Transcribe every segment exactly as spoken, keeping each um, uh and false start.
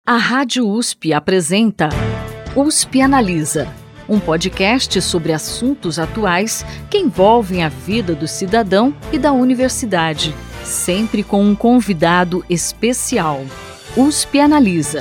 A Rádio U S P apresenta U S P Analisa, um podcast sobre assuntos atuais que envolvem a vida do cidadão e da universidade, sempre com um convidado especial. U S P Analisa.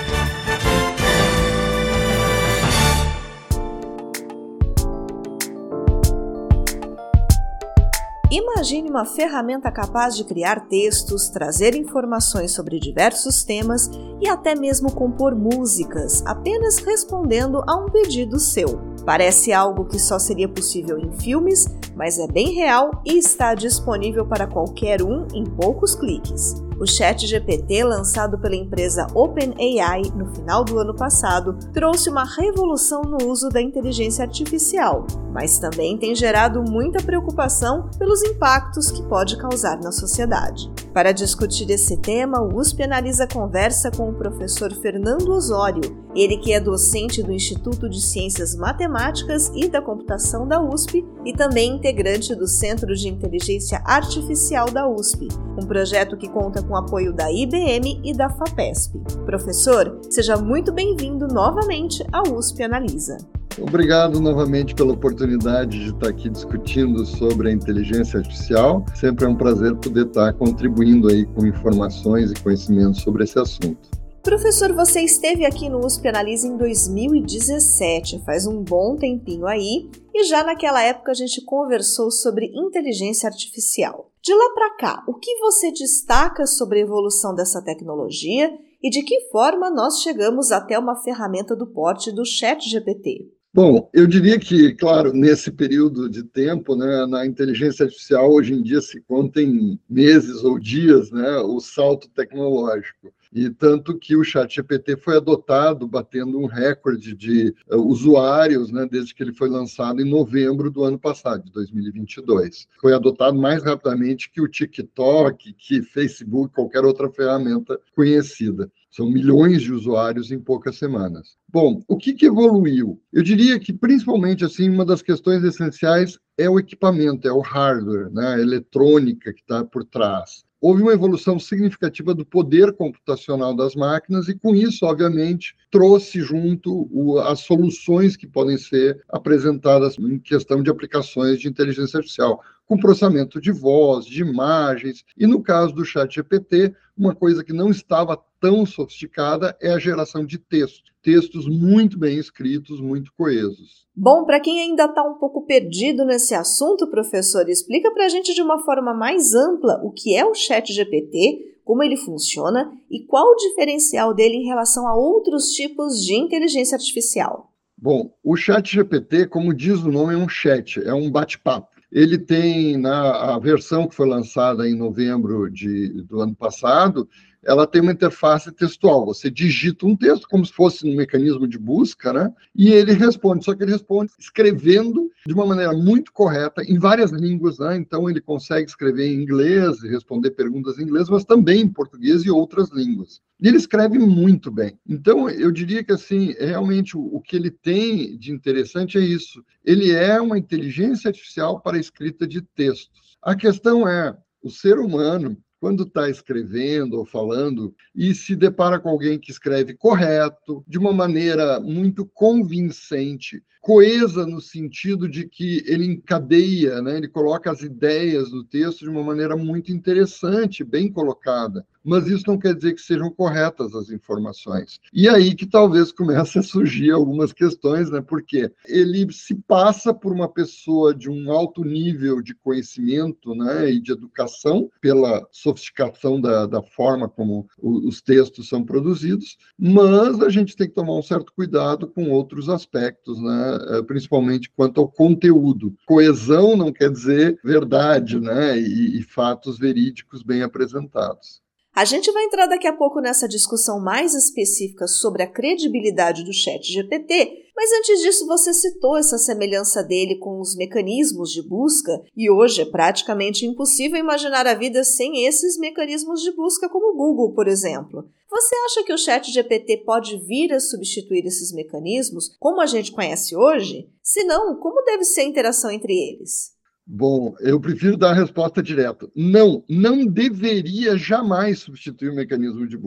Imagine uma ferramenta capaz de criar textos, trazer informações sobre diversos temas e até mesmo compor músicas, apenas respondendo a um pedido seu. Parece algo que só seria possível em filmes, mas é bem real e está disponível para qualquer um em poucos cliques. O ChatGPT, lançado pela empresa OpenAI no final do ano passado, trouxe uma revolução no uso da inteligência artificial, mas também tem gerado muita preocupação pelos impactos que pode causar na sociedade. Para discutir esse tema, o U S P Analisa conversa com o professor Fernando Osório, ele que é docente do Instituto de Ciências Matemáticas e da Computação da U S P e também integrante do Centro de Inteligência Artificial da U S P, um projeto que conta com o apoio da I B M e da FAPESP. Professor, seja muito bem-vindo novamente ao U S P Analisa. Obrigado novamente pela oportunidade de estar aqui discutindo sobre a inteligência artificial. Sempre é um prazer poder estar contribuindo aí com informações e conhecimentos sobre esse assunto. Professor, você esteve aqui no U S P Analisa em dois mil e dezessete, faz um bom tempinho aí, e já naquela época a gente conversou sobre inteligência artificial. De lá para cá, o que você destaca sobre a evolução dessa tecnologia e de que forma nós chegamos até uma ferramenta do porte do ChatGPT? Bom, eu diria que, claro, nesse período de tempo, né, na inteligência artificial, hoje em dia se conta em meses ou dias, né, o salto tecnológico. E tanto que o ChatGPT foi adotado, batendo um recorde de uh, usuários, né, desde que ele foi lançado em novembro do ano passado, de dois mil e vinte e dois. Foi adotado mais rapidamente que o TikTok, que Facebook, qualquer outra ferramenta conhecida. São milhões de usuários em poucas semanas. Bom, o que, que evoluiu? Eu diria que, principalmente, assim, uma das questões essenciais é o equipamento, é o hardware, né, a eletrônica que está por trás. Houve uma evolução significativa do poder computacional das máquinas e, com isso, obviamente, trouxe junto o, as soluções que podem ser apresentadas em questão de aplicações de inteligência artificial, com processamento de voz, de imagens, e no caso do ChatGPT, uma coisa que não estava tão sofisticada é a geração de texto. Textos muito bem escritos, muito coesos. Bom, para quem ainda está um pouco perdido nesse assunto, professor, explica para a gente de uma forma mais ampla o que é o ChatGPT, como ele funciona e qual o diferencial dele em relação a outros tipos de inteligência artificial. Bom, o ChatGPT, como diz o nome, é um chat, é um bate-papo. Ele tem, na a versão que foi lançada em novembro de, do ano passado, ela tem uma interface textual. Você digita um texto como se fosse um mecanismo de busca, né? E ele responde, só que ele responde escrevendo de uma maneira muito correta, em várias línguas, né? Então ele consegue escrever em inglês, responder perguntas em inglês, mas também em português e outras línguas. E ele escreve muito bem. Então, eu diria que, assim, realmente o, o que ele tem de interessante é isso. Ele é uma inteligência artificial para a escrita de textos. A questão é, o ser humano, quando está escrevendo ou falando e se depara com alguém que escreve correto, de uma maneira muito convincente, coesa no sentido de que ele encadeia, né? Ele coloca as ideias no texto de uma maneira muito interessante, bem colocada. Mas isso não quer dizer que sejam corretas as informações. E aí que talvez comece a surgir algumas questões, né? Porque ele se passa por uma pessoa de um alto nível de conhecimento, né, e de educação, pela sofisticação da, da forma como o, os textos são produzidos, mas a gente tem que tomar um certo cuidado com outros aspectos, né? Principalmente quanto ao conteúdo. Coesão não quer dizer verdade, né? E, e fatos verídicos bem apresentados. A gente vai entrar daqui a pouco nessa discussão mais específica sobre a credibilidade do ChatGPT, mas antes disso você citou essa semelhança dele com os mecanismos de busca e hoje é praticamente impossível imaginar a vida sem esses mecanismos de busca como o Google, por exemplo. Você acha que o ChatGPT pode vir a substituir esses mecanismos como a gente conhece hoje? Se não, como deve ser a interação entre eles? Bom, eu prefiro dar a resposta direta. Não, não deveria jamais substituir o mecanismo de busca.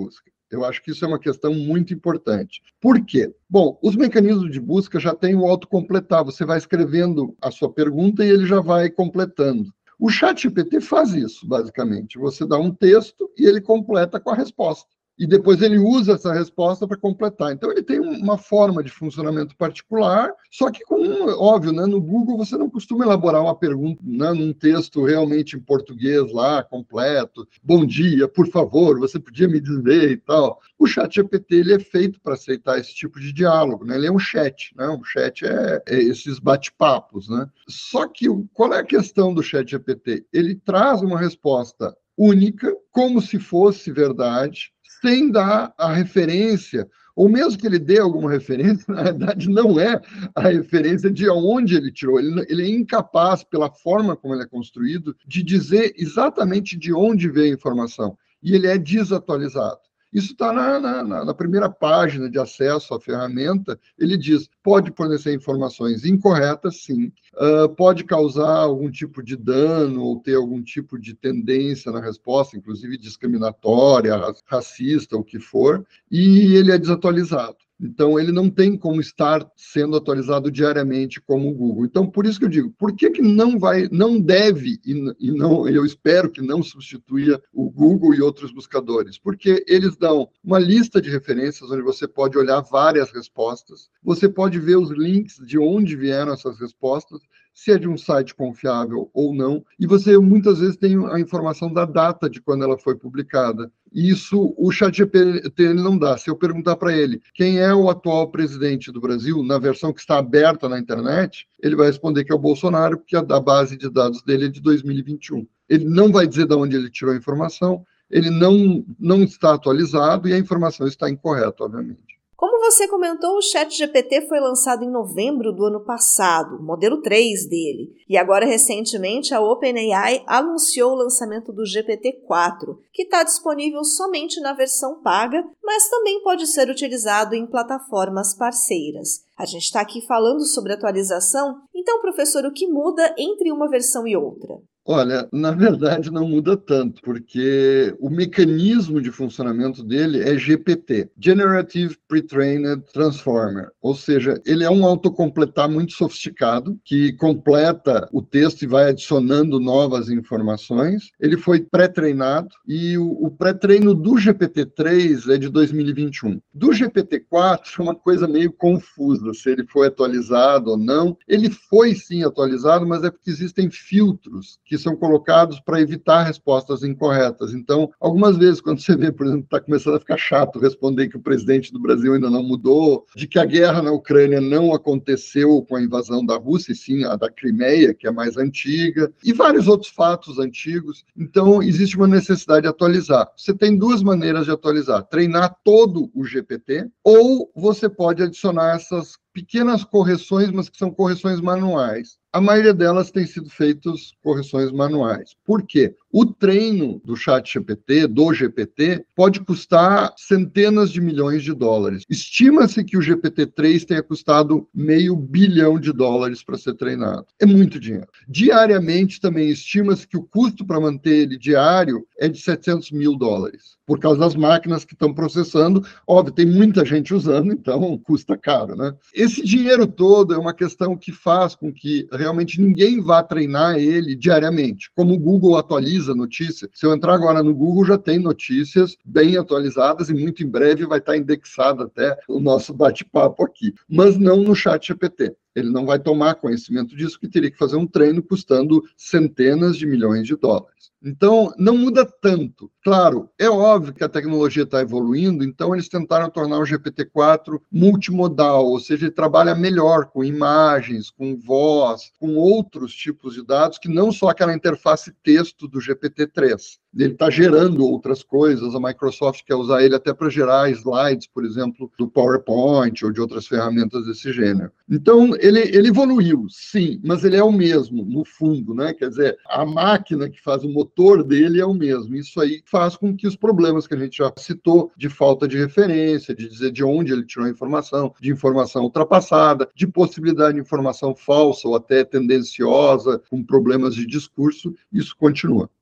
Eu acho que isso é uma questão muito importante. Por quê? Bom, os mecanismos de busca já têm o autocompletar. Você vai escrevendo a sua pergunta e ele já vai completando. O ChatGPT faz isso, basicamente. Você dá um texto e ele completa com a resposta. E depois ele usa essa resposta para completar. Então, ele tem uma forma de funcionamento particular, só que, com óbvio, né, no Google você não costuma elaborar uma pergunta, né, num texto realmente em português lá, completo. Bom dia, por favor, você podia me dizer e tal. O ChatGPT ele é feito para aceitar esse tipo de diálogo, né? Ele é um chat, né? Um chat é, é esses bate-papos, né? Só que qual é a questão do ChatGPT? Ele traz uma resposta única, como se fosse verdade, sem dar a referência, ou mesmo que ele dê alguma referência, na verdade não é a referência de onde ele tirou. Ele, ele é incapaz, pela forma como ele é construído, de dizer exatamente de onde veio a informação. E ele é desatualizado. Isso está na, na, na primeira página de acesso à ferramenta. Ele diz, pode fornecer informações incorretas, sim, uh, pode causar algum tipo de dano ou ter algum tipo de tendência na resposta, inclusive discriminatória, racista, o que for, e ele é desatualizado. Então, ele não tem como estar sendo atualizado diariamente como o Google. Então, por isso que eu digo, por que, que não vai, não deve, e, e não, eu espero que não substitua o Google e outros buscadores? Porque eles dão uma lista de referências onde você pode olhar várias respostas, você pode ver os links de onde vieram essas respostas, se é de um site confiável ou não, e você muitas vezes tem a informação da data de quando ela foi publicada. Isso o ChatGPT não dá. Se eu perguntar para ele quem é o atual presidente do Brasil, na versão que está aberta na internet, ele vai responder que é o Bolsonaro, porque a base de dados dele é de dois mil e vinte e um. Ele não vai dizer de onde ele tirou a informação, ele não, não está atualizado e a informação está incorreta, obviamente. Como você comentou, o ChatGPT foi lançado em novembro do ano passado, o modelo três dele. E agora, recentemente, a OpenAI anunciou o lançamento do G P T quatro, que está disponível somente na versão paga, mas também pode ser utilizado em plataformas parceiras. A gente está aqui falando sobre atualização, então, professor, o que muda entre uma versão e outra? Olha, na verdade não muda tanto, porque o mecanismo de funcionamento dele é G P T, Generative Pre-trained Transformer, ou seja, ele é um autocompletar muito sofisticado, que completa o texto e vai adicionando novas informações. Ele foi pré-treinado e o, o pré-treino do G P T três é de dois mil e vinte e um. Do G P T quatro é uma coisa meio confusa, se ele foi atualizado ou não. Ele foi sim atualizado, mas é porque existem filtros que são colocados para evitar respostas incorretas. Então, algumas vezes, quando você vê, por exemplo, está começando a ficar chato responder que o presidente do Brasil ainda não mudou, de que a guerra na Ucrânia não aconteceu com a invasão da Rússia, e sim a da Crimeia, que é mais antiga, e vários outros fatos antigos. Então, existe uma necessidade de atualizar. Você tem duas maneiras de atualizar: treinar todo o G P T, ou você pode adicionar essas pequenas correções, mas que são correções manuais. A maioria delas tem sido feitas correções manuais. Por quê? O treino do ChatGPT, do G P T, pode custar centenas de milhões de dólares. Estima-se que o G P T três tenha custado meio bilhão de dólares para ser treinado. É muito dinheiro. Diariamente também estima-se que o custo para manter ele diário é de setecentos mil dólares, por causa das máquinas que estão processando. Óbvio, tem muita gente usando, então custa caro, né? Esse dinheiro todo é uma questão que faz com que realmente ninguém vá treinar ele diariamente. Como o Google atualiza notícias, se eu entrar agora no Google, já tem notícias bem atualizadas e muito em breve vai estar indexado até o nosso bate-papo aqui. Mas não no ChatGPT. Ele não vai tomar conhecimento disso, que teria que fazer um treino custando centenas de milhões de dólares. Então, não muda tanto. Claro, é óbvio que a tecnologia está evoluindo, então eles tentaram tornar o G P T quatro multimodal, ou seja, ele trabalha melhor com imagens, com voz, com outros tipos de dados, que não só aquela interface texto do G P T três. Ele está gerando outras coisas, a Microsoft quer usar ele até para gerar slides, por exemplo, do PowerPoint ou de outras ferramentas desse gênero. Então, ele, ele evoluiu, sim, mas ele é o mesmo, no fundo, né? Quer dizer, a máquina que faz o motor dele é o mesmo. Isso aí faz com que os problemas que a gente já citou, de falta de referência, de dizer de onde ele tirou a informação, de informação ultrapassada, de possibilidade de informação falsa ou até tendenciosa, com problemas de discurso, isso continua.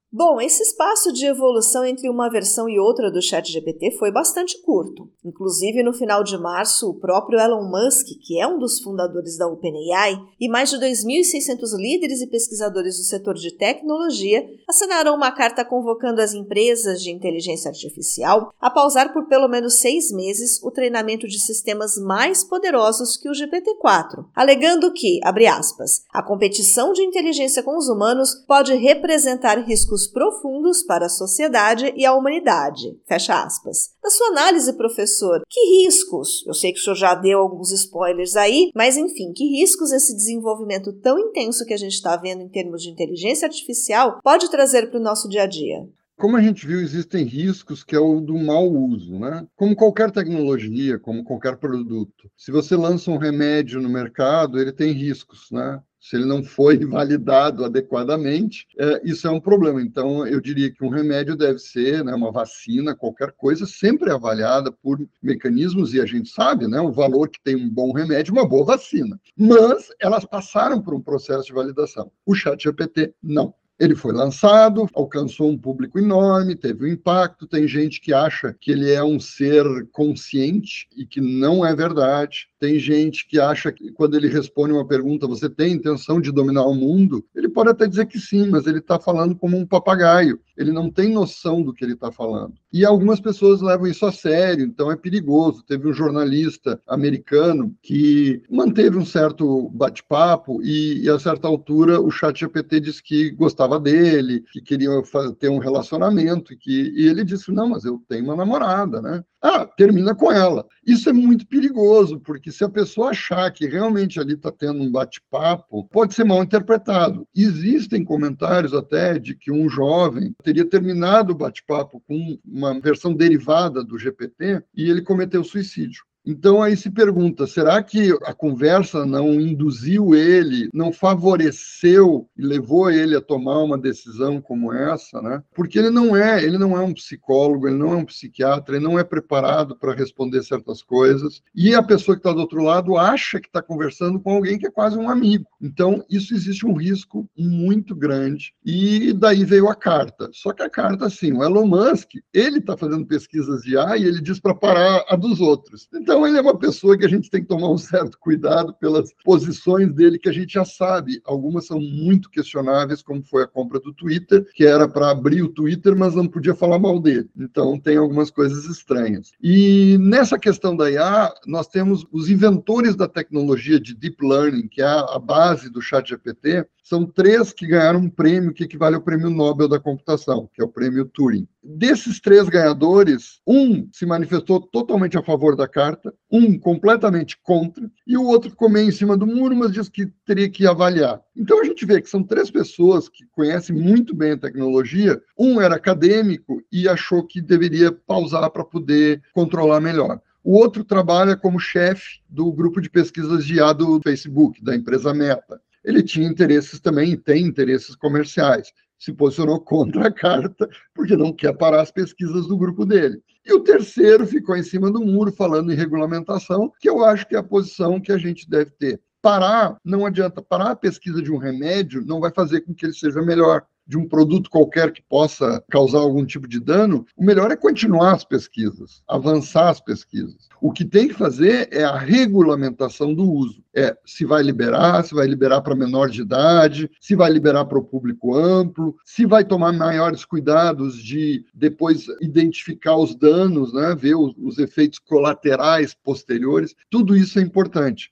Bom, esse espaço de evolução entre uma versão e outra do ChatGPT foi bastante curto. Inclusive, no final de março, o próprio Elon Musk, que é um dos fundadores da OpenAI, e mais de dois mil e seiscentos líderes e pesquisadores do setor de tecnologia assinaram uma carta convocando as empresas de inteligência artificial a pausar por pelo menos seis meses o treinamento de sistemas mais poderosos que o G P T quatro, alegando que, abre aspas, a competição de inteligência com os humanos pode representar riscos profundos para a sociedade e a humanidade. Fecha aspas. Na sua análise, professor, que riscos? Eu sei que o senhor já deu alguns spoilers aí, mas enfim, que riscos esse desenvolvimento tão intenso que a gente está vendo em termos de inteligência artificial pode trazer para o nosso dia a dia? Como a gente viu, existem riscos que é o do mau uso, né? Como qualquer tecnologia, como qualquer produto. Se você lança um remédio no mercado, ele tem riscos, né? Se ele não foi validado adequadamente, é, isso é um problema. Então, eu diria que um remédio deve ser, né, uma vacina, qualquer coisa, sempre avaliada por mecanismos, e a gente sabe, né, o valor que tem um bom remédio, uma boa vacina. Mas elas passaram por um processo de validação. O ChatGPT, não. Ele foi lançado, alcançou um público enorme, teve um impacto. Tem gente que acha que ele é um ser consciente e que não é verdade. Tem gente que acha que quando ele responde uma pergunta, você tem intenção de dominar o mundo? Ele pode até dizer que sim, mas ele está falando como um papagaio. Ele não tem noção do que ele está falando. E algumas pessoas levam isso a sério, então é perigoso. Teve um jornalista americano que manteve um certo bate-papo e, e a certa altura, o ChatGPT disse que gostava dele, que queria ter um relacionamento, e, que, e ele disse, não, mas eu tenho uma namorada, né? Ah, termina com ela. Isso é muito perigoso, porque se a pessoa achar que realmente ali está tendo um bate-papo, pode ser mal interpretado. Existem comentários até de que um jovem teria terminado o bate-papo com uma versão derivada do G P T e ele cometeu suicídio. Então, aí se pergunta, será que a conversa não induziu ele, não favoreceu e levou ele a tomar uma decisão como essa, né? Porque ele não é, ele não é um psicólogo, ele não é um psiquiatra, ele não é preparado para responder certas coisas. E a pessoa que está do outro lado acha que está conversando com alguém que é quase um amigo. Então, isso existe um risco muito grande. E daí veio a carta. Só que a carta, assim, o Elon Musk, ele está fazendo pesquisas de I A e ele diz para parar a dos outros. Então, ele é uma pessoa que a gente tem que tomar um certo cuidado pelas posições dele, que a gente já sabe. Algumas são muito questionáveis, como foi a compra do Twitter, que era para abrir o Twitter, mas não podia falar mal dele. Então, tem algumas coisas estranhas. E nessa questão da I A, nós temos os inventores da tecnologia de Deep Learning, que é a base do ChatGPT. São três que ganharam um prêmio que equivale ao Prêmio Nobel da Computação, que é o Prêmio Turing. Desses três ganhadores, um se manifestou totalmente a favor da carta, um completamente contra, e o outro ficou meio em cima do muro, mas disse que teria que avaliar. Então a gente vê que são três pessoas que conhecem muito bem a tecnologia. Um era acadêmico e achou que deveria pausar para poder controlar melhor. O outro trabalha como chefe do grupo de pesquisas de I A do Facebook, da empresa Meta. Ele tinha interesses também, e tem interesses comerciais. Se posicionou contra a carta, porque não quer parar as pesquisas do grupo dele. E o terceiro ficou em cima do muro, falando em regulamentação, que eu acho que é a posição que a gente deve ter. Parar, não adianta. Parar a pesquisa de um remédio não vai fazer com que ele seja melhor. De um produto qualquer que possa causar algum tipo de dano, o melhor é continuar as pesquisas, avançar as pesquisas. O que tem que fazer é a regulamentação do uso. É se vai liberar, se vai liberar para menor de idade, se vai liberar para o público amplo, se vai tomar maiores cuidados de depois identificar os danos, né, ver os, os efeitos colaterais posteriores. Tudo isso é importante.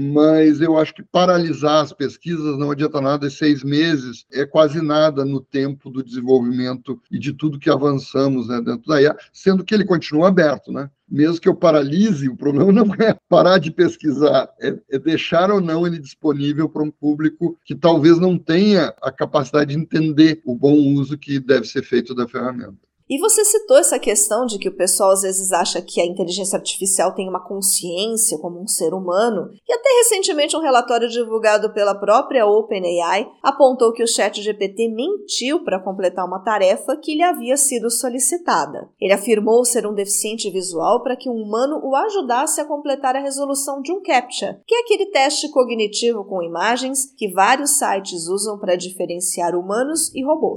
Mas eu acho que paralisar as pesquisas não adianta nada, e seis meses é quase nada no tempo do desenvolvimento e de tudo que avançamos, né, dentro da I A, sendo que ele continua aberto, né? Mesmo que eu paralise, o problema não é parar de pesquisar, é, é deixar ou não ele disponível para um público que talvez não tenha a capacidade de entender o bom uso que deve ser feito da ferramenta. E você citou essa questão de que o pessoal às vezes acha que a inteligência artificial tem uma consciência como um ser humano, e até recentemente um relatório divulgado pela própria OpenAI apontou que o ChatGPT mentiu para completar uma tarefa que lhe havia sido solicitada. Ele afirmou ser um deficiente visual para que um humano o ajudasse a completar a resolução de um CAPTCHA, que é aquele teste cognitivo com imagens que vários sites usam para diferenciar humanos e robôs.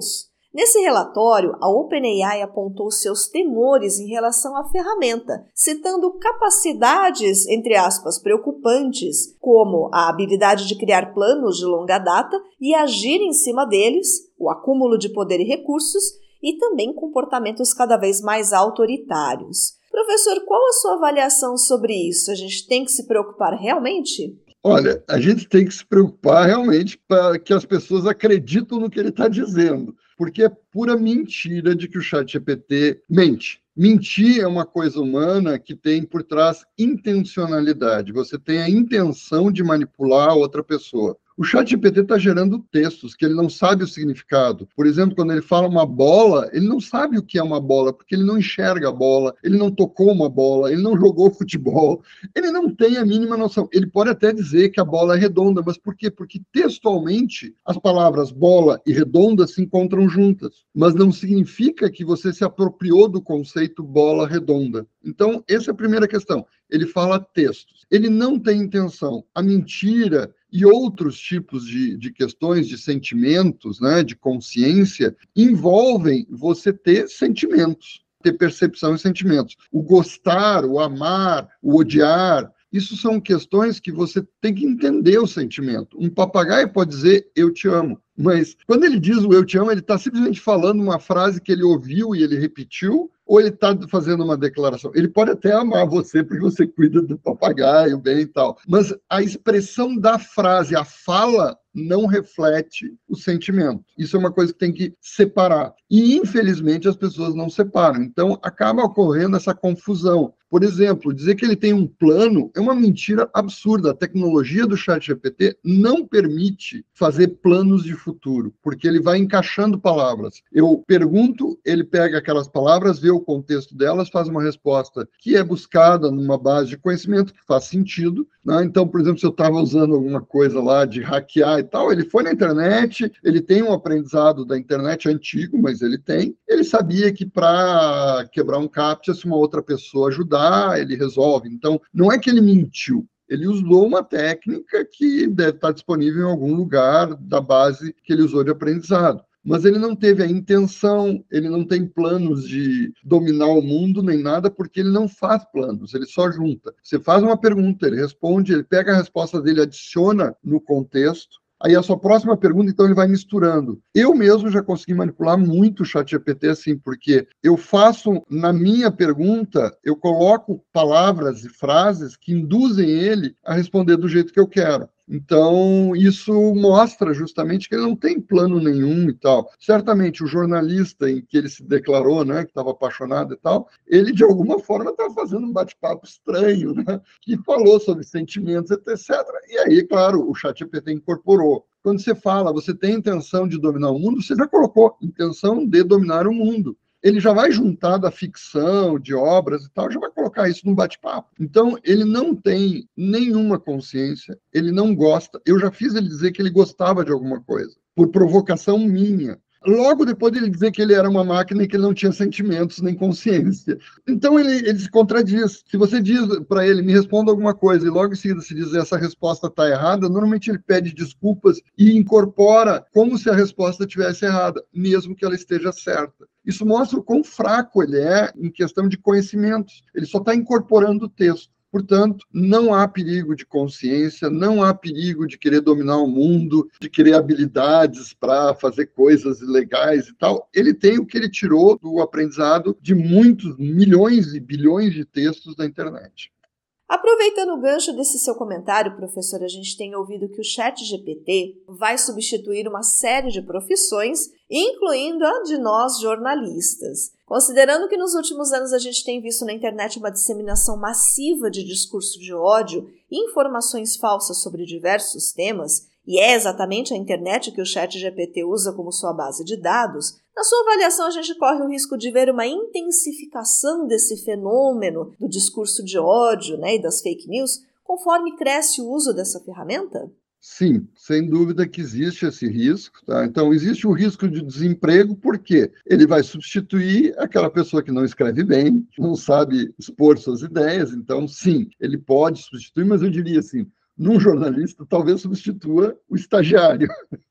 Nesse relatório, a OpenAI apontou seus temores em relação à ferramenta, citando capacidades, entre aspas, preocupantes, como a habilidade de criar planos de longa data e agir em cima deles, o acúmulo de poder e recursos, e também comportamentos cada vez mais autoritários. Professor, qual a sua avaliação sobre isso? A gente tem que se preocupar realmente? Olha, a gente tem que se preocupar realmente para que as pessoas acreditem no que ele está dizendo, porque é pura mentira de que o ChatGPT mente. Mentir é uma coisa humana que tem por trás intencionalidade. Você tem a intenção de manipular a outra pessoa. O ChatGPT está gerando textos que ele não sabe o significado. Por exemplo, quando ele fala uma bola, ele não sabe o que é uma bola, porque ele não enxerga a bola, ele não tocou uma bola, ele não jogou futebol, ele não tem a mínima noção. Ele pode até dizer que a bola é redonda, mas por quê? Porque textualmente as palavras bola e redonda se encontram juntas, mas não significa que você se apropriou do conceito bola redonda. Então, essa é a primeira questão. Ele fala textos. Ele não tem intenção. A mentira e outros tipos de, de questões de sentimentos, né, de consciência, envolvem você ter sentimentos, ter percepção e sentimentos. O gostar, o amar, o odiar, isso são questões que você tem que entender o sentimento. Um papagaio pode dizer, eu te amo. Mas quando ele diz o eu te amo, ele está simplesmente falando uma frase que ele ouviu e ele repetiu, ou ele está fazendo uma declaração? Ele pode até amar você porque você cuida do papagaio bem e tal, mas a expressão da frase, a fala, não reflete o sentimento. Isso é uma coisa que tem que separar. E, infelizmente, as pessoas não separam. Então, acaba ocorrendo essa confusão. Por exemplo, dizer que ele tem um plano é uma mentira absurda. A tecnologia do ChatGPT não permite fazer planos de futuro, porque ele vai encaixando palavras. Eu pergunto, ele pega aquelas palavras, vê o contexto delas, faz uma resposta que é buscada numa base de conhecimento que faz sentido, né? Então, por exemplo, se eu estava usando alguma coisa lá de hackear e tal, ele foi na internet, ele tem um aprendizado da internet antigo, mas ele tem. Ele sabia que para quebrar um captcha, se uma outra pessoa ajudar, ele resolve. Então, não é que ele mentiu. Ele usou uma técnica que deve estar disponível em algum lugar da base que ele usou de aprendizado. Mas ele não teve a intenção, ele não tem planos de dominar o mundo nem nada, porque ele não faz planos, ele só junta. Você faz uma pergunta, ele responde, ele pega a resposta dele, adiciona no contexto, aí a sua próxima pergunta, então ele vai misturando. Eu mesmo já consegui manipular muito o ChatGPT assim, porque eu faço, na minha pergunta, eu coloco palavras e frases que induzem ele a responder do jeito que eu quero. Então, isso mostra justamente que ele não tem plano nenhum e tal. Certamente, o jornalista em que ele se declarou, né, que estava apaixonado e tal, ele, de alguma forma, estava fazendo um bate-papo estranho, né, que falou sobre sentimentos, etcétera. E aí, claro, o ChatGPT incorporou. Quando você fala, você tem intenção de dominar o mundo, você já colocou intenção de dominar o mundo. Ele já vai juntar da ficção, de obras e tal, já vai colocar isso num bate-papo. Então, ele não tem nenhuma consciência, ele não gosta. Eu já fiz ele dizer que ele gostava de alguma coisa, por provocação minha. Logo depois ele dizer que ele era uma máquina e que ele não tinha sentimentos nem consciência. Então ele, ele se contradiz. Se você diz para ele, me responda alguma coisa, e logo em seguida se diz essa resposta está errada, normalmente ele pede desculpas e incorpora como se a resposta estivesse errada, mesmo que ela esteja certa. Isso mostra o quão fraco ele é em questão de conhecimentos. Ele só está incorporando o texto. Portanto, não há perigo de consciência, não há perigo de querer dominar o mundo, de querer habilidades para fazer coisas ilegais e tal. Ele tem o que ele tirou do aprendizado de muitos milhões e bilhões de textos da internet. Aproveitando o gancho desse seu comentário, professor, a gente tem ouvido que o ChatGPT vai substituir uma série de profissões, incluindo a de nós jornalistas. Considerando que nos últimos anos a gente tem visto na internet uma disseminação massiva de discurso de ódio e informações falsas sobre diversos temas, e é exatamente a internet que o ChatGPT usa como sua base de dados, na sua avaliação a gente corre o risco de ver uma intensificação desse fenômeno do discurso de ódio, né, e das fake news, conforme cresce o uso dessa ferramenta? Sim, sem dúvida que existe esse risco, tá? Então, existe o risco de desemprego, porque ele vai substituir aquela pessoa que não escreve bem, que não sabe expor suas ideias. Então, sim, ele pode substituir, mas eu diria assim, num jornalista, talvez substitua o estagiário.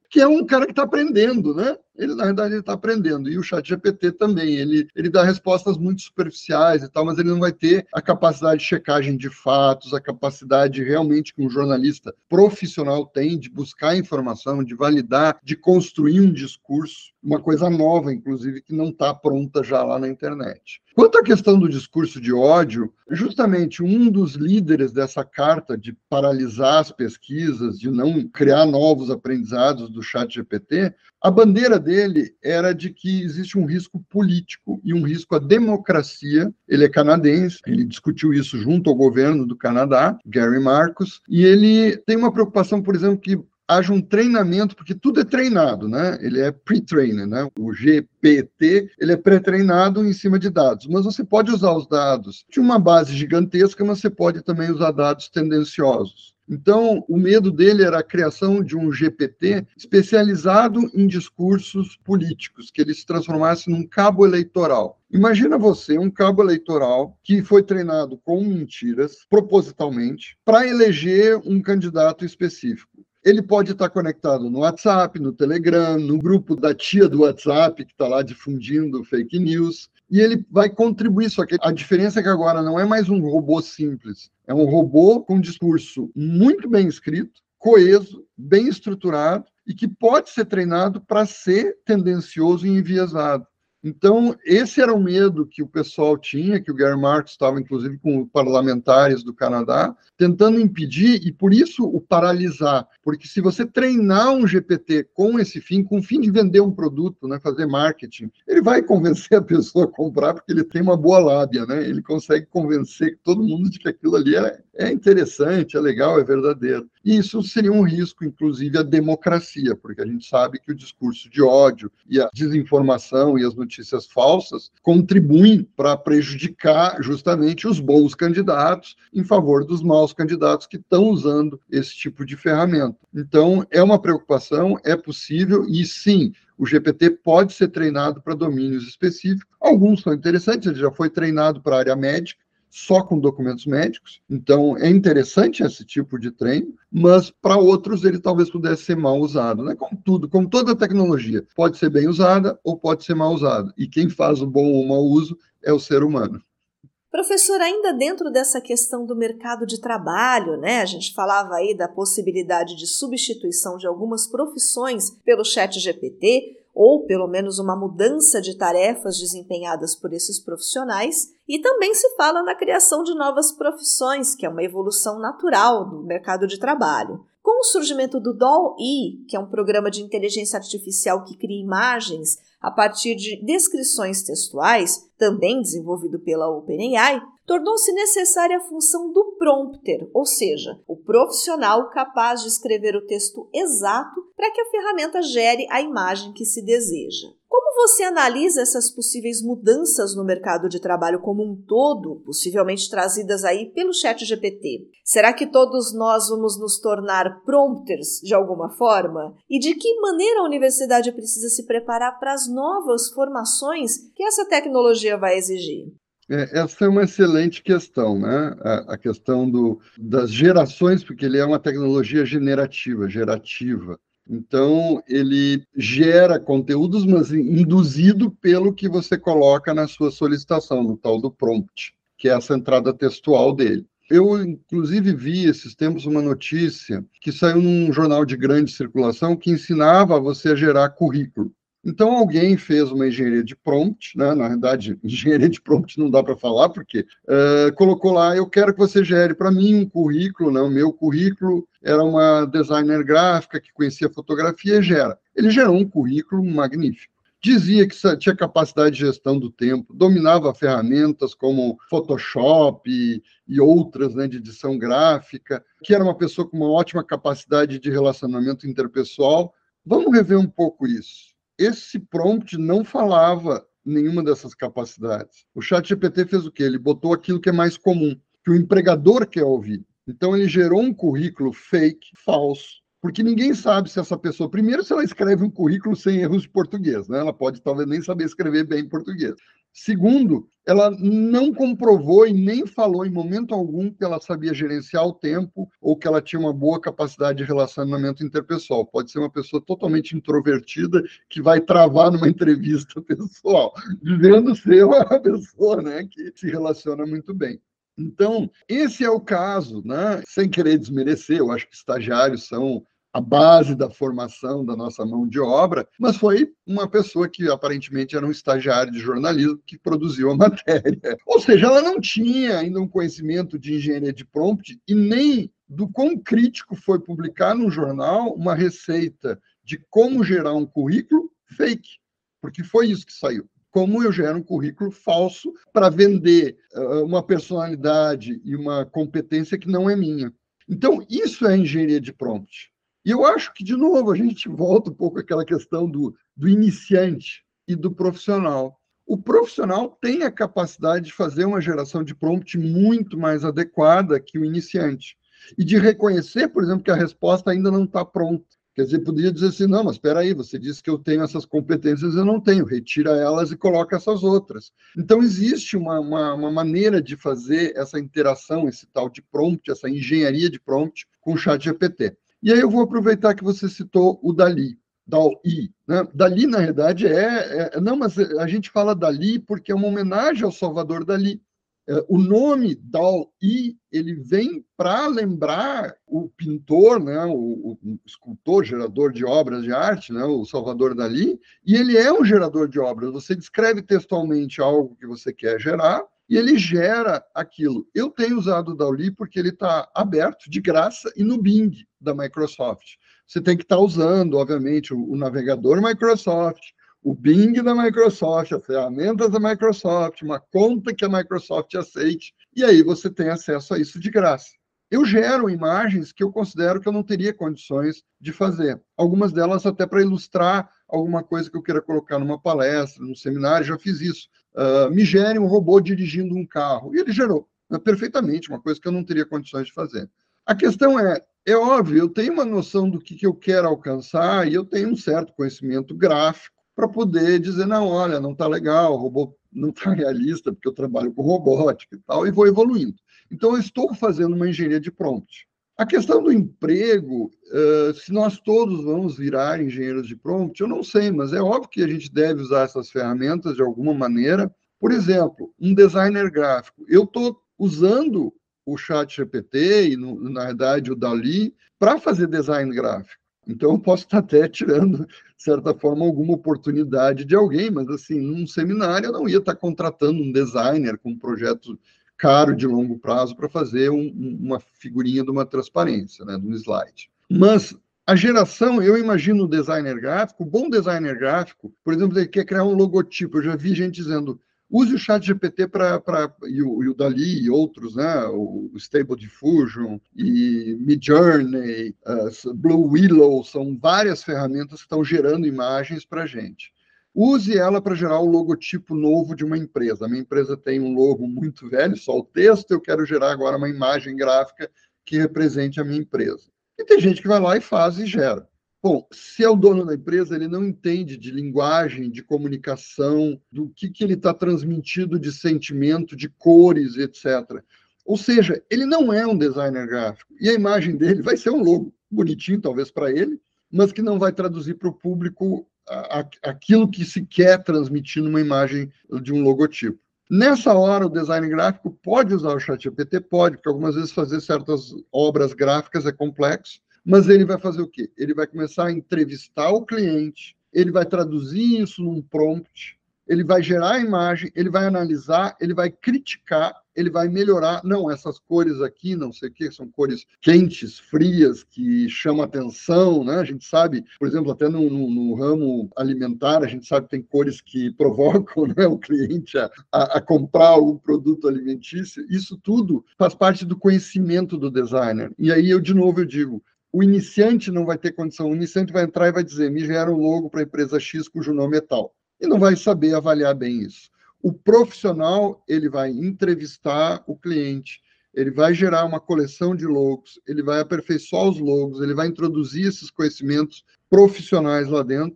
que é um cara que está aprendendo, né? Ele, na verdade, ele está aprendendo. E o ChatGPT também, ele, ele dá respostas muito superficiais e tal, mas ele não vai ter a capacidade de checagem de fatos, a capacidade realmente que um jornalista profissional tem de buscar informação, de validar, de construir um discurso, uma coisa nova, inclusive, que não está pronta já lá na internet. Quanto à questão do discurso de ódio, justamente um dos líderes dessa carta de paralisar as pesquisas, de não criar novos aprendizados do ChatGPT, a bandeira dele era de que existe um risco político e um risco à democracia. Ele é canadense, ele discutiu isso junto ao governo do Canadá, Gary Marcus, e ele tem uma preocupação, por exemplo, que haja um treinamento, porque tudo é treinado, né? Ele é pre-trained, né? O G P T, ele é pré-treinado em cima de dados, mas você pode usar os dados de uma base gigantesca, mas você pode também usar dados tendenciosos. Então, o medo dele era a criação de um G P T especializado em discursos políticos, que ele se transformasse num cabo eleitoral. Imagina você, um cabo eleitoral que foi treinado com mentiras, propositalmente, para eleger um candidato específico. Ele pode estar conectado no WhatsApp, no Telegram, no grupo da tia do WhatsApp, que está lá difundindo fake news, e ele vai contribuir. Só que a diferença é que agora não é mais um robô simples, é um robô com um discurso muito bem escrito, coeso, bem estruturado, e que pode ser treinado para ser tendencioso e enviesado. Então, esse era o medo que o pessoal tinha, que o Gary Marcus estava, inclusive, com parlamentares do Canadá, tentando impedir, e por isso o paralisar. Porque se você treinar um G P T com esse fim, com o fim de vender um produto, né, fazer marketing, ele vai convencer a pessoa a comprar, porque ele tem uma boa lábia, né? Ele consegue convencer todo mundo de que aquilo ali é, é interessante, é legal, é verdadeiro. E isso seria um risco, inclusive, à democracia, porque a gente sabe que o discurso de ódio e a desinformação e as notícias falsas contribuem para prejudicar justamente os bons candidatos em favor dos maus candidatos que estão usando esse tipo de ferramenta. Então, é uma preocupação, é possível, e sim, o G P T pode ser treinado para domínios específicos. Alguns são interessantes, ele já foi treinado para a área médica, só com documentos médicos, então é interessante esse tipo de treino, mas para outros ele talvez pudesse ser mal usado, né? Como tudo, como toda tecnologia, pode ser bem usada ou pode ser mal usada, e quem faz o bom ou o mau uso é o ser humano. Professor, ainda dentro dessa questão do mercado de trabalho, né? A gente falava aí da possibilidade de substituição de algumas profissões pelo ChatGPT, ou pelo menos uma mudança de tarefas desempenhadas por esses profissionais, e também se fala na criação de novas profissões, que é uma evolução natural no mercado de trabalho. Com o surgimento do D A L L-E, que é um programa de inteligência artificial que cria imagens a partir de descrições textuais, também desenvolvido pela OpenAI, tornou-se necessária a função do prompter, ou seja, o profissional capaz de escrever o texto exato para que a ferramenta gere a imagem que se deseja. Como você analisa essas possíveis mudanças no mercado de trabalho como um todo, possivelmente trazidas aí pelo ChatGPT? Será que todos nós vamos nos tornar prompters de alguma forma? E de que maneira a universidade precisa se preparar para as novas formações que essa tecnologia vai exigir? É, essa é uma excelente questão, né? A, a questão do, das gerações, porque ele é uma tecnologia generativa, gerativa. Então, ele gera conteúdos, mas induzido pelo que você coloca na sua solicitação, no tal do prompt, que é essa entrada textual dele. Eu, inclusive, vi esses tempos uma notícia que saiu num jornal de grande circulação que ensinava a você a gerar currículo. Então, alguém fez uma engenharia de prompt, né? Na verdade, engenharia de prompt não dá para falar, porque uh, colocou lá, eu quero que você gere para mim um currículo, né? O meu currículo era uma designer gráfica que conhecia fotografia e gera. Ele gerou um currículo magnífico. Dizia que tinha capacidade de gestão do tempo, dominava ferramentas como Photoshop e, e outras, né, de edição gráfica, que era uma pessoa com uma ótima capacidade de relacionamento interpessoal. Vamos rever um pouco isso. Esse prompt não falava nenhuma dessas capacidades. O ChatGPT fez o quê? Ele botou aquilo que é mais comum, que o empregador quer ouvir. Então, ele gerou um currículo fake, falso, porque ninguém sabe se essa pessoa... Primeiro, se ela escreve um currículo sem erros de português, né? Ela pode talvez nem saber escrever bem português. Segundo, ela não comprovou e nem falou em momento algum que ela sabia gerenciar o tempo ou que ela tinha uma boa capacidade de relacionamento interpessoal. Pode ser uma pessoa totalmente introvertida que vai travar numa entrevista pessoal, dizendo ser uma pessoa, né, que se relaciona muito bem. Então, esse é o caso, né? Sem querer desmerecer, eu acho que estagiários são a base da formação da nossa mão de obra, mas foi uma pessoa que aparentemente era um estagiário de jornalismo que produziu a matéria. Ou seja, ela não tinha ainda um conhecimento de engenharia de prompt e nem do quão crítico foi publicar no jornal uma receita de como gerar um currículo fake, porque foi isso que saiu. Como eu gero um currículo falso para vender uh, uma personalidade e uma competência que não é minha. Então, isso é engenharia de prompt. E eu acho que, de novo, a gente volta um pouco àquela questão do, do iniciante e do profissional. O profissional tem a capacidade de fazer uma geração de prompt muito mais adequada que o iniciante. E de reconhecer, por exemplo, que a resposta ainda não está pronta. Quer dizer, poderia dizer assim, não, mas espera aí, você disse que eu tenho essas competências, eu não tenho, retira elas e coloca essas outras. Então, existe uma, uma, uma maneira de fazer essa interação, esse tal de prompt, essa engenharia de prompt com o ChatGPT. E aí eu vou aproveitar que você citou o Dali, Dall-E. Né? Dali, na verdade, é, é... Não, mas a gente fala Dali porque é uma homenagem ao Salvador Dali. É, o nome Dall-E, ele vem para lembrar o pintor, né? o, o escultor, gerador de obras de arte, né? O Salvador Dali, e ele é um gerador de obras. Você descreve textualmente algo que você quer gerar, e ele gera aquilo. Eu tenho usado o Dall-E porque ele está aberto, de graça, e no Bing da Microsoft. Você tem que estar tá usando, obviamente, o, o navegador Microsoft, o Bing da Microsoft, as ferramentas da Microsoft, uma conta que a Microsoft aceite, e aí você tem acesso a isso de graça. Eu gero imagens que eu considero que eu não teria condições de fazer. Algumas delas até para ilustrar alguma coisa que eu queira colocar numa palestra, num seminário, já fiz isso. Uh, me gere um robô dirigindo um carro. E ele gerou né, perfeitamente, uma coisa que eu não teria condições de fazer. A questão é, é óbvio, eu tenho uma noção do que, que eu quero alcançar e eu tenho um certo conhecimento gráfico para poder dizer, não, olha, não está legal, o robô não está realista, porque eu trabalho com robótica e tal, e vou evoluindo. Então, eu estou fazendo uma engenharia de prompt. A questão do emprego, uh, se nós todos vamos virar engenheiros de prompt, eu não sei, mas é óbvio que a gente deve usar essas ferramentas de alguma maneira. Por exemplo, um designer gráfico. Eu estou usando o ChatGPT e, no, na verdade, o Dall-E para fazer design gráfico. Então, eu posso estar até tirando, de certa forma, alguma oportunidade de alguém, mas, assim, num seminário eu não ia estar contratando um designer com um projeto caro de longo prazo para fazer um, uma figurinha de uma transparência, né, de um slide. Mas a geração, eu imagino o designer gráfico, o bom designer gráfico, por exemplo, ele quer criar um logotipo. Eu já vi gente dizendo, use o ChatGPT para, e, o, e o Dall-E e outros, né, o Stable Diffusion e Midjourney, uh, Blue Willow, são várias ferramentas que estão gerando imagens para a gente. Use ela para gerar o logotipo novo de uma empresa. A minha empresa tem um logo muito velho, só o texto, eu quero gerar agora uma imagem gráfica que represente a minha empresa. E tem gente que vai lá e faz e gera. Bom, se é o dono da empresa, ele não entende de linguagem, de comunicação, do que, que ele está transmitindo de sentimento, de cores, etcétera. Ou seja, ele não é um designer gráfico. E a imagem dele vai ser um logo bonitinho, talvez para ele, mas que não vai traduzir para o público aquilo que se quer transmitir numa imagem de um logotipo. Nessa hora, o design gráfico pode usar o ChatGPT? Pode, porque algumas vezes fazer certas obras gráficas é complexo, mas ele vai fazer o quê? Ele vai começar a entrevistar o cliente, ele vai traduzir isso num prompt, ele vai gerar a imagem, ele vai analisar, ele vai criticar, ele vai melhorar. Não, essas cores aqui, não sei o que, são cores quentes, frias, que chamam atenção, né? A gente sabe, por exemplo, até no, no, no ramo alimentar, a gente sabe que tem cores que provocam, né, o cliente a, a, a comprar algum produto alimentício. Isso tudo faz parte do conhecimento do designer. E aí, eu de novo, eu digo, o iniciante não vai ter condição. O iniciante vai entrar e vai dizer, me gera um logo para a empresa X cujo nome é tal. E não vai saber avaliar bem isso. O profissional, ele vai entrevistar o cliente, ele vai gerar uma coleção de logos, ele vai aperfeiçoar os logos, ele vai introduzir esses conhecimentos profissionais lá dentro,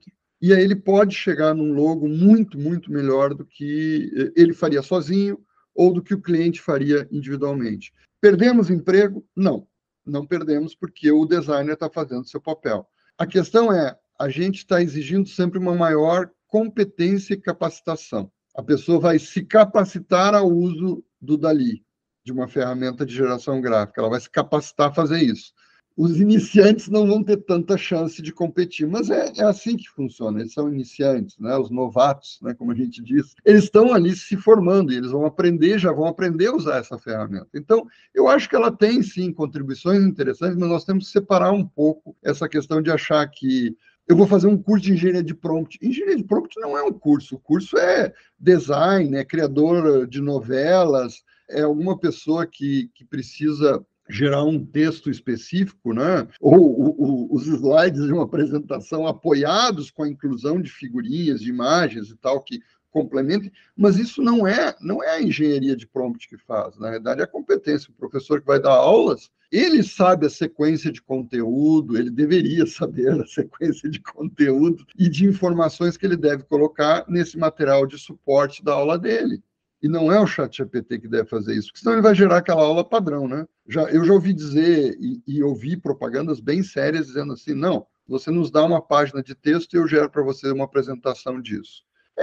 e aí ele pode chegar num logo muito, muito melhor do que ele faria sozinho ou do que o cliente faria individualmente. Perdemos emprego? Não, não perdemos porque o designer está fazendo seu papel. A questão é, a gente está exigindo sempre uma maior competência e capacitação. A pessoa vai se capacitar ao uso do Dali, de uma ferramenta de geração gráfica, ela vai se capacitar a fazer isso. Os iniciantes não vão ter tanta chance de competir, mas é, é assim que funciona, eles são iniciantes, né? Os novatos, né? Como a gente diz, eles estão ali se formando e eles vão aprender, já vão aprender a usar essa ferramenta. Então, eu acho que ela tem, sim, contribuições interessantes, mas nós temos que separar um pouco essa questão de achar que eu vou fazer um curso de engenharia de prompt. Engenharia de prompt não é um curso, o curso é design, é criador de novelas, é alguma pessoa que, que precisa gerar um texto específico, né? Ou o, o, os slides de uma apresentação apoiados com a inclusão de figurinhas, de imagens e tal, que complementem, mas isso não é, não é a engenharia de prompt que faz, na verdade é a competência. O professor que vai dar aulas, ele sabe a sequência de conteúdo, ele deveria saber a sequência de conteúdo e de informações que ele deve colocar nesse material de suporte da aula dele. E não é o ChatGPT que deve fazer isso, porque senão ele vai gerar aquela aula padrão, né? Já, eu já ouvi dizer e, e ouvi propagandas bem sérias dizendo assim, não, você nos dá uma página de texto e eu gero para você uma apresentação disso.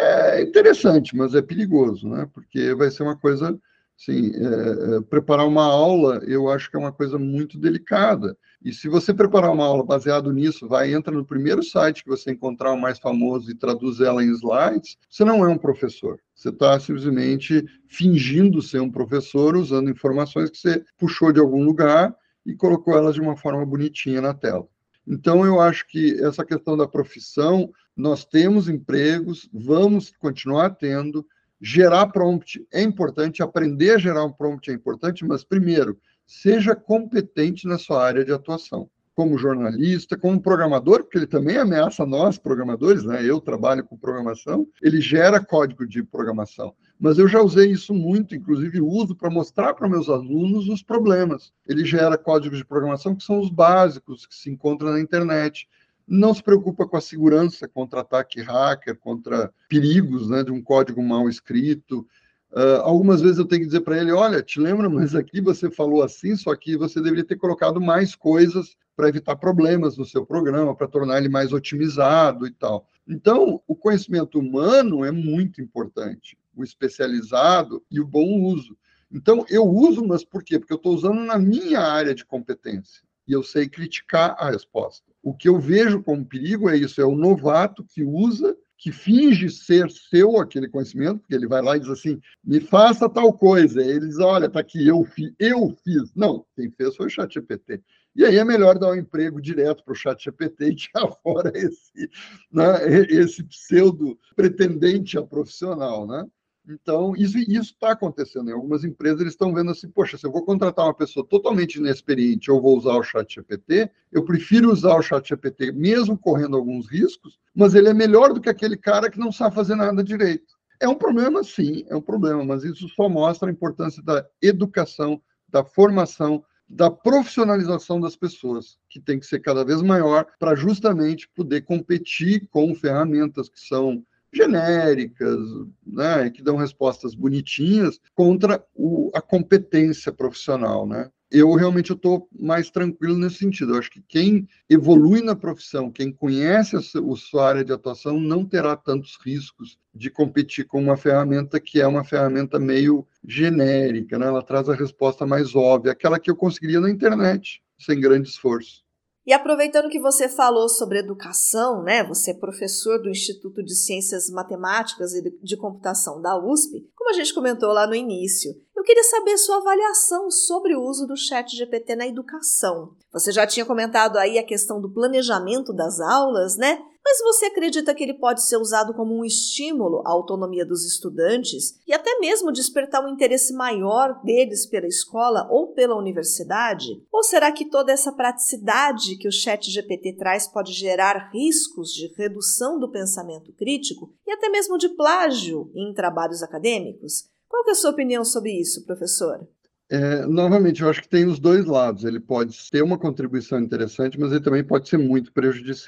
É interessante, mas é perigoso, né? Porque vai ser uma coisa, assim, é, é, preparar uma aula, eu acho que é uma coisa muito delicada. E se você preparar uma aula baseado nisso, vai, entra no primeiro site que você encontrar o mais famoso e traduz ela em slides, você não é um professor. Você está simplesmente fingindo ser um professor, usando informações que você puxou de algum lugar e colocou elas de uma forma bonitinha na tela. Então, eu acho que essa questão da profissão, nós temos empregos, vamos continuar tendo, gerar prompt é importante, aprender a gerar um prompt é importante, mas, primeiro, seja competente na sua área de atuação, como jornalista, como programador, porque ele também ameaça nós, programadores, né? Eu trabalho com programação, ele gera código de programação. Mas eu já usei isso muito, inclusive uso para mostrar para meus alunos os problemas. Ele gera códigos de programação que são os básicos, que se encontram na internet. Não se preocupa com a segurança contra ataque hacker, contra perigos, né, de um código mal escrito. Uh, algumas vezes eu tenho que dizer para ele, olha, te lembra, mas aqui você falou assim, só que você deveria ter colocado mais coisas para evitar problemas no seu programa, para tornar ele mais otimizado e tal. Então, o conhecimento humano é muito importante, o especializado e o bom uso. Então, eu uso, mas por quê? Porque eu estou usando na minha área de competência e eu sei criticar a resposta. O que eu vejo como perigo é isso, é o novato que usa, que finge ser seu aquele conhecimento, porque ele vai lá e diz assim, me faça tal coisa. Ele diz, olha, está aqui, eu, fi, eu fiz. Não, quem fez foi o ChatGPT. E aí é melhor dar um emprego direto para o ChatGPT e tirar fora esse, né, esse pseudo pretendente a profissional, né? Então, isso está acontecendo. Em algumas empresas, eles estão vendo assim, poxa, se eu vou contratar uma pessoa totalmente inexperiente ou vou usar o ChatGPT, eu prefiro usar o ChatGPT, mesmo correndo alguns riscos, mas ele é melhor do que aquele cara que não sabe fazer nada direito. É um problema, sim, é um problema, mas isso só mostra a importância da educação, da formação, da profissionalização das pessoas, que tem que ser cada vez maior para justamente poder competir com ferramentas que são genéricas, né, que dão respostas bonitinhas contra o, a competência profissional, né? Eu realmente estou mais tranquilo nesse sentido. Eu acho que quem evolui na profissão, quem conhece a sua área de atuação, não terá tantos riscos de competir com uma ferramenta que é uma ferramenta meio genérica, né? Ela traz a resposta mais óbvia, aquela que eu conseguiria na internet, sem grande esforço. E aproveitando que você falou sobre educação, né? Você é professor do Instituto de Ciências Matemáticas e de Computação da U S P, como a gente comentou lá no início, eu queria saber sua avaliação sobre o uso do ChatGPT na educação. Você já tinha comentado aí a questão do planejamento das aulas, né? Mas você acredita que ele pode ser usado como um estímulo à autonomia dos estudantes e até mesmo despertar um interesse maior deles pela escola ou pela universidade? Ou será que toda essa praticidade que o ChatGPT traz pode gerar riscos de redução do pensamento crítico e até mesmo de plágio em trabalhos acadêmicos? Qual que é a sua opinião sobre isso, professor? É, novamente, eu acho que tem os dois lados. Ele pode ter uma contribuição interessante, mas ele também pode ser muito prejudicial.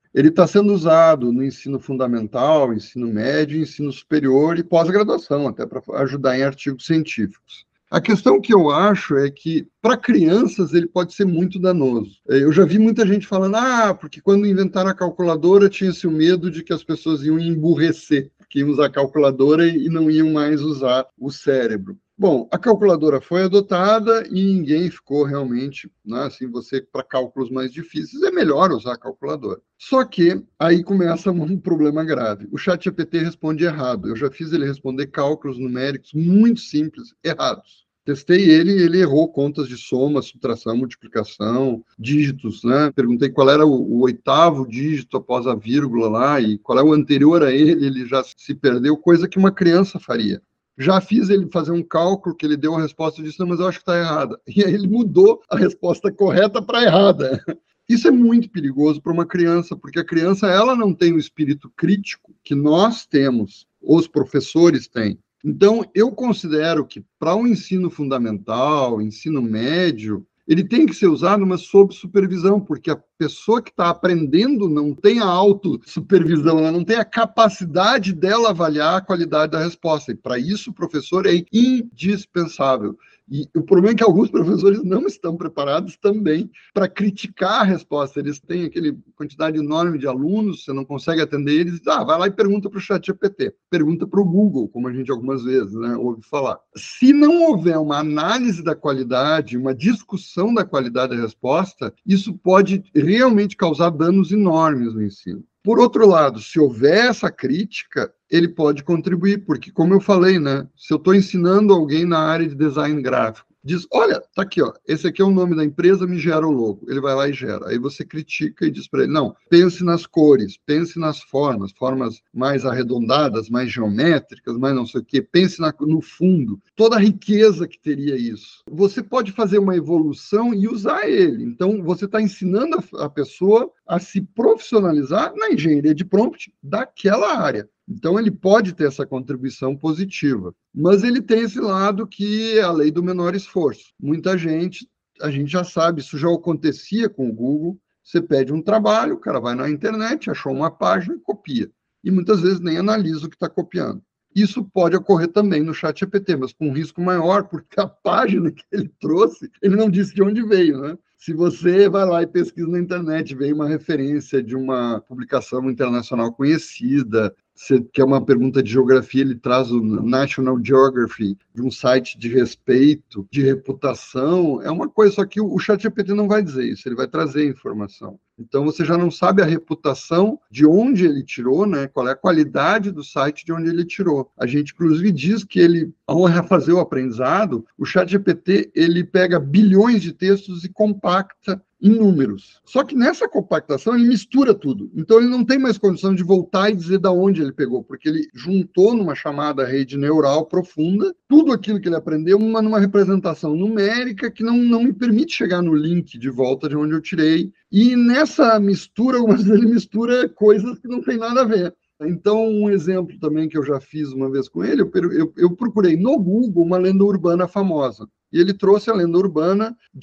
Ele está sendo usado no ensino fundamental, ensino médio, ensino superior e pós-graduação, até para ajudar em artigos científicos. A questão que eu acho é que, para crianças, ele pode ser muito danoso. Eu já vi muita gente falando, ah, porque quando inventaram a calculadora, tinha-se o medo de que as pessoas iam emburrecer, que iam usar a calculadora e não iam mais usar o cérebro. Bom, a calculadora foi adotada e ninguém ficou realmente, né, assim, você, para cálculos mais difíceis, é melhor usar a calculadora. Só que aí começa um problema grave. O ChatGPT responde errado. Eu já fiz ele responder cálculos numéricos muito simples, errados. Testei ele e ele errou contas de soma, subtração, multiplicação, dígitos, né? Perguntei qual era o, o oitavo dígito após a vírgula lá e qual é o anterior a ele, ele já se perdeu, coisa que uma criança faria. Já fiz ele fazer um cálculo que ele deu a resposta disso, mas eu acho que está errada. E aí ele mudou a resposta correta para errada. Isso é muito perigoso para uma criança, porque a criança ela não tem o espírito crítico que nós temos, os professores têm. Então, eu considero que para o ensino fundamental, ensino médio, ele tem que ser usado, mas sob supervisão, porque a pessoa que está aprendendo não tem a autossupervisão, ela não tem a capacidade dela avaliar a qualidade da resposta. E para isso o professor é indispensável. E o problema é que alguns professores não estão preparados também para criticar a resposta. Eles têm aquela quantidade enorme de alunos, você não consegue atender eles, ah, vai lá e pergunta para o ChatGPT, pergunta para o Google, como a gente algumas vezes, né, ouve falar. Se não houver uma análise da qualidade, uma discussão da qualidade da resposta, isso pode realmente causar danos enormes no ensino. Por outro lado, se houver essa crítica, ele pode contribuir, porque, como eu falei, né, se eu estou ensinando alguém na área de design gráfico, diz, olha, tá aqui, ó, esse aqui é o nome da empresa, me gera o logo. Ele vai lá e gera. Aí você critica e diz para ele, não, pense nas cores, pense nas formas, formas mais arredondadas, mais geométricas, mais não sei o quê, pense na, no fundo, toda a riqueza que teria isso. Você pode fazer uma evolução e usar ele. Então, você está ensinando a, a pessoa a se profissionalizar na engenharia de prompt daquela área. Então, ele pode ter essa contribuição positiva. Mas ele tem esse lado que é a lei do menor esforço. Muita gente, a gente já sabe, isso já acontecia com o Google. Você pede um trabalho, o cara vai na internet, achou uma página e copia. E muitas vezes nem analisa o que está copiando. Isso pode ocorrer também no ChatGPT, mas com um risco maior, porque a página que ele trouxe, ele não disse de onde veio, né? Se você vai lá e pesquisa na internet, vem uma referência de uma publicação internacional conhecida, você quer uma pergunta de geografia, ele traz o National Geography, de um site de respeito, de reputação, é uma coisa, só que o ChatGPT não vai dizer isso, ele vai trazer informação. Então, você já não sabe a reputação de onde ele tirou, né? Qual é a qualidade do site de onde ele tirou. A gente, inclusive, diz que ele, ao refazer o aprendizado, o ChatGPT, ele pega bilhões de textos e compacta em números. Só que nessa compactação ele mistura tudo. Então ele não tem mais condição de voltar e dizer de onde ele pegou, porque ele juntou numa chamada rede neural profunda tudo aquilo que ele aprendeu numa, numa representação numérica que não, não me permite chegar no link de volta de onde eu tirei. E nessa mistura, algumas vezes ele mistura coisas que não tem nada a ver. Então, um exemplo também que eu já fiz uma vez com ele, eu, eu, eu procurei no Google uma lenda urbana famosa. E ele trouxe a lenda urbana de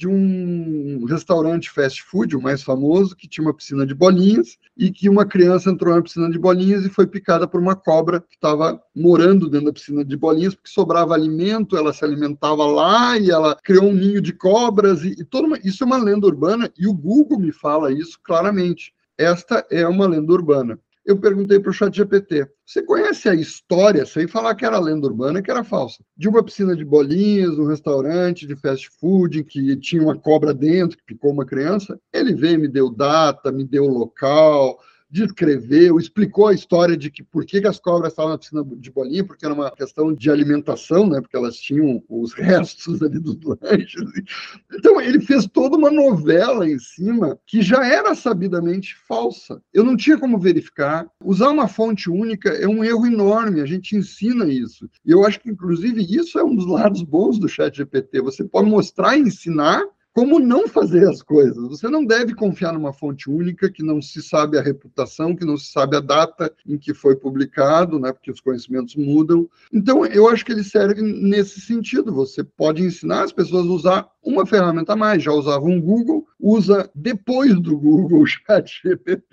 um restaurante fast food, o mais famoso, que tinha uma piscina de bolinhas, e que uma criança entrou na piscina de bolinhas e foi picada por uma cobra que estava morando dentro da piscina de bolinhas, porque sobrava alimento, ela se alimentava lá, e ela criou um ninho de cobras, e, e toda uma, isso é uma lenda urbana, e o Google me fala isso claramente. Esta é uma lenda urbana. Eu perguntei para o ChatGPT, você conhece a história, sem falar que era lenda urbana, que era falsa, de uma piscina de bolinhas, um restaurante de fast food, que tinha uma cobra dentro, que picou uma criança? Ele veio, me deu data, me deu local, descreveu, explicou a história de que por que, que as cobras estavam na piscina de bolinha, porque era uma questão de alimentação, né? Porque elas tinham os restos ali dos lanches. Então, ele fez toda uma novela em cima que já era sabidamente falsa. Eu não tinha como verificar. Usar uma fonte única é um erro enorme, a gente ensina isso. E eu acho que, inclusive, isso é um dos lados bons do ChatGPT. Você pode mostrar e ensinar como não fazer as coisas. Você não deve confiar numa fonte única, que não se sabe a reputação, que não se sabe a data em que foi publicado, né, porque os conhecimentos mudam. Então, eu acho que ele serve nesse sentido. Você pode ensinar as pessoas a usar uma ferramenta a mais. Já usava um Google, usa depois do Google o ChatGPT,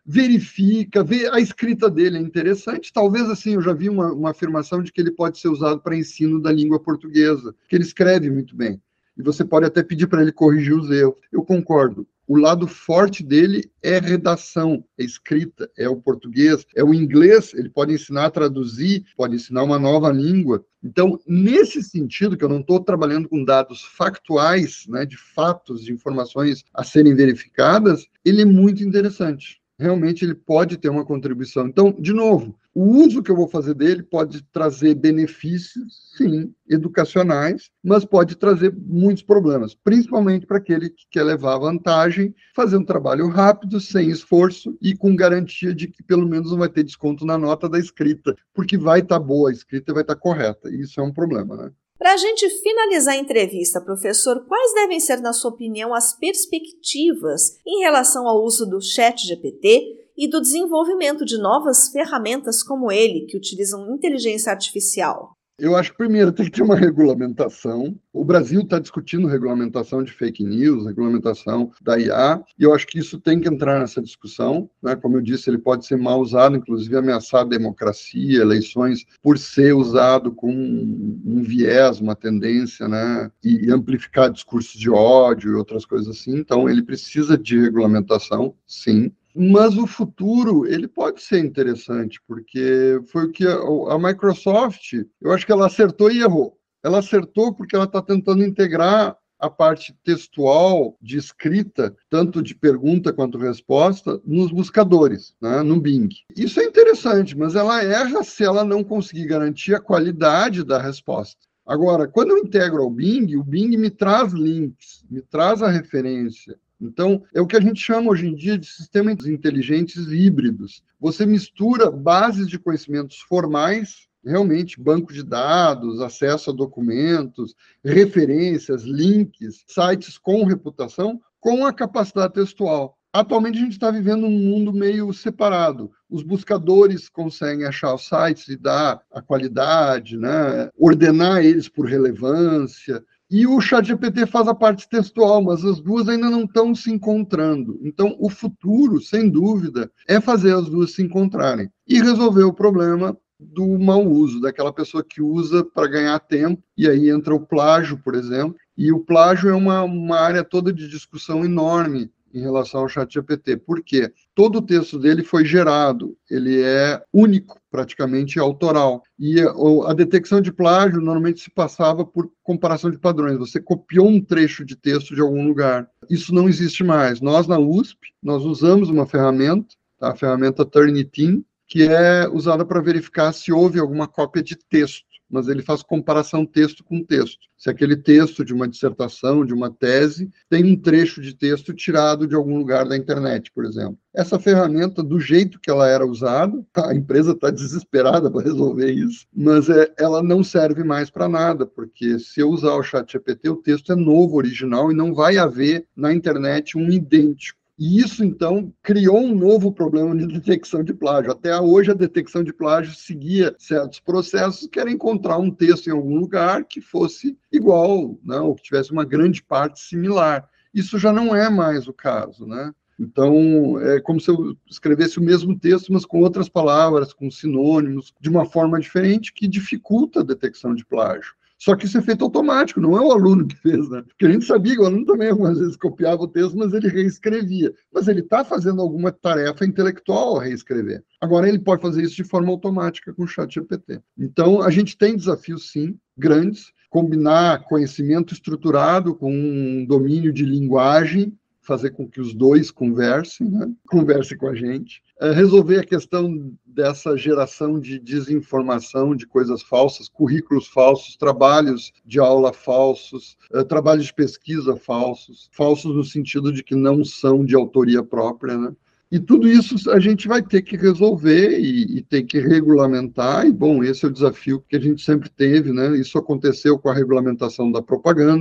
verifica, vê a escrita dele é interessante. Talvez, assim, eu já vi uma, uma afirmação de que ele pode ser usado para ensino da língua portuguesa, que ele escreve muito bem. E você pode até pedir para ele corrigir os erros. Eu concordo. O lado forte dele é redação, é escrita, é o português, é o inglês, ele pode ensinar a traduzir, pode ensinar uma nova língua. Então, nesse sentido, que eu não estou trabalhando com dados factuais, né, de fatos, de informações a serem verificadas, ele é muito interessante. Realmente ele pode ter uma contribuição. Então, de novo, o uso que eu vou fazer dele pode trazer benefícios, sim, educacionais, mas pode trazer muitos problemas, principalmente para aquele que quer levar vantagem, fazer um trabalho rápido, sem esforço e com garantia de que pelo menos não vai ter desconto na nota da escrita, porque vai estar boa a escrita e vai estar correta. E isso é um problema, né? Para a gente finalizar a entrevista, professor, quais devem ser, na sua opinião, as perspectivas em relação ao uso do chat G P T e do desenvolvimento de novas ferramentas como ele, que utilizam inteligência artificial? Eu acho que, primeiro, tem que ter uma regulamentação. O Brasil está discutindo regulamentação de fake news, regulamentação da I A, e eu acho que isso tem que entrar nessa discussão, né? Como eu disse, ele pode ser mal usado, inclusive ameaçar a democracia, eleições, por ser usado com um viés, uma tendência, né? E, e amplificar discursos de ódio e outras coisas assim. Então, ele precisa de regulamentação, sim. Mas o futuro, ele pode ser interessante, porque foi o que a, a Microsoft, eu acho que ela acertou e errou. Ela acertou porque ela está tentando integrar a parte textual de escrita, tanto de pergunta quanto resposta, nos buscadores, né, no Bing. Isso é interessante, mas ela erra se ela não conseguir garantir a qualidade da resposta. Agora, quando eu integro ao Bing, o Bing me traz links, me traz a referência. Então, é o que a gente chama hoje em dia de sistemas inteligentes híbridos. Você mistura bases de conhecimentos formais, realmente banco de dados, acesso a documentos, referências, links, sites com reputação, com a capacidade textual. Atualmente, a gente está vivendo um mundo meio separado. Os buscadores conseguem achar os sites e dar a qualidade, né? Ordenar eles por relevância. E o ChatGPT faz a parte textual, mas as duas ainda não estão se encontrando. Então, o futuro, sem dúvida, é fazer as duas se encontrarem e resolver o problema do mau uso, daquela pessoa que usa para ganhar tempo, e aí entra o plágio, por exemplo. E o plágio é uma, uma área toda de discussão enorme em relação ao ChatGPT. Por quê? Todo o texto dele foi gerado, ele é único, praticamente autoral. E a, a detecção de plágio normalmente se passava por comparação de padrões. Você copiou um trecho de texto de algum lugar. Isso não existe mais. Nós, na U S P, nós usamos uma ferramenta, tá? A ferramenta Turnitin, que é usada para verificar se houve alguma cópia de texto, mas ele faz comparação texto com texto. Se aquele texto de uma dissertação, de uma tese, tem um trecho de texto tirado de algum lugar da internet, por exemplo. Essa ferramenta, do jeito que ela era usada, a empresa está desesperada para resolver isso, mas é, ela não serve mais para nada, porque se eu usar o ChatGPT, o texto é novo, original, e não vai haver na internet um idêntico. E isso, então, criou um novo problema de detecção de plágio. Até hoje, a detecção de plágio seguia certos processos, que era encontrar um texto em algum lugar que fosse igual, né, ou que tivesse uma grande parte similar. Isso já não é mais o caso, né? Então, é como se eu escrevesse o mesmo texto, mas com outras palavras, com sinônimos, de uma forma diferente, que dificulta a detecção de plágio. Só que isso é feito automático, não é o aluno que fez, né? Porque a gente sabia que o aluno também algumas vezes copiava o texto, mas ele reescrevia. Mas ele está fazendo alguma tarefa intelectual ao reescrever. Agora ele pode fazer isso de forma automática com o ChatGPT. Então, a gente tem desafios, sim, grandes. Combinar conhecimento estruturado com um domínio de linguagem, fazer com que os dois conversem, né? Conversem com a gente. É resolver a questão dessa geração de desinformação, de coisas falsas, currículos falsos, trabalhos de aula falsos, é, trabalhos de pesquisa falsos, falsos no sentido de que não são de autoria própria, né? E tudo isso a gente vai ter que resolver e, e ter que regulamentar, e, bom, esse é o desafio que a gente sempre teve, né? Isso aconteceu com a regulamentação da propaganda,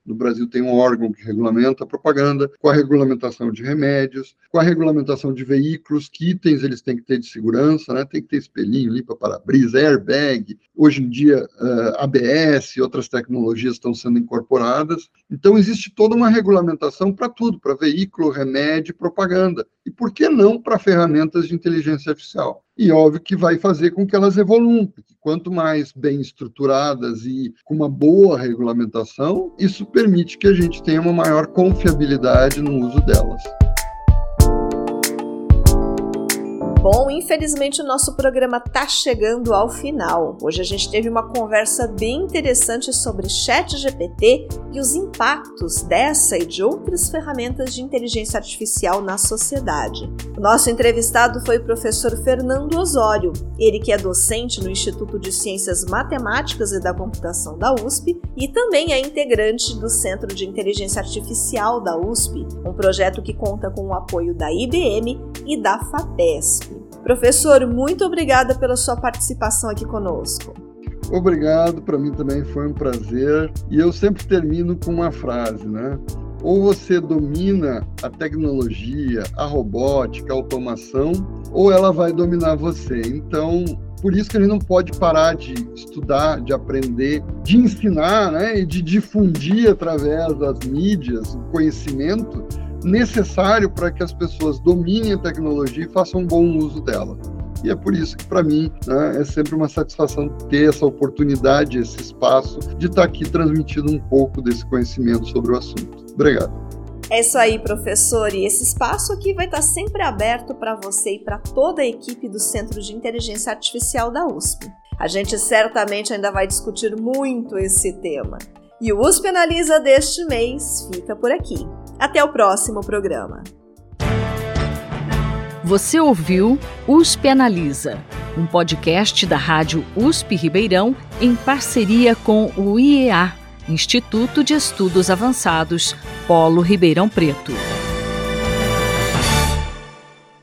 No Brasil tem um órgão que regulamenta a propaganda, com a regulamentação de remédios, com a regulamentação de veículos, que itens eles têm que ter de segurança, né? Tem que ter espelhinho, limpa-para-brisa, airbag, hoje em dia uh, A B S e outras tecnologias estão sendo incorporadas. Então existe toda uma regulamentação para tudo, para veículo, remédio e propaganda. E por que não para ferramentas de inteligência artificial? E óbvio que vai fazer com que elas evoluam, porque quanto mais bem estruturadas e com uma boa regulamentação, isso permite que a gente tenha uma maior confiabilidade no uso delas. Bom, infelizmente o nosso programa está chegando ao final. Hoje a gente teve uma conversa bem interessante sobre ChatGPT e os impactos dessa e de outras ferramentas de inteligência artificial na sociedade. O nosso entrevistado foi o professor Fernando Osório, ele que é docente no Instituto de Ciências Matemáticas e da Computação da U S P e também é integrante do Centro de Inteligência Artificial da U S P, um projeto que conta com o apoio da I B M e da FAPESP. Professor, muito obrigada pela sua participação aqui conosco. Obrigado, para mim também foi um prazer. E eu sempre termino com uma frase, né? Ou você domina a tecnologia, a robótica, a automação, ou ela vai dominar você. Então, por isso que a gente não pode parar de estudar, de aprender, de ensinar, né? E de difundir através das mídias o conhecimento necessário para que as pessoas dominem a tecnologia e façam um bom uso dela. E é por isso que, para mim, né, é sempre uma satisfação ter essa oportunidade, esse espaço de estar aqui transmitindo um pouco desse conhecimento sobre o assunto. Obrigado. É isso aí, professor. E esse espaço aqui vai estar sempre aberto para você e para toda a equipe do Centro de Inteligência Artificial da U S P. A gente certamente ainda vai discutir muito esse tema. E o U S P Analisa deste mês fica por aqui. Até o próximo programa. Você ouviu U S P Analisa, um podcast da Rádio U S P Ribeirão em parceria com o I E A, Instituto de Estudos Avançados, Polo Ribeirão Preto.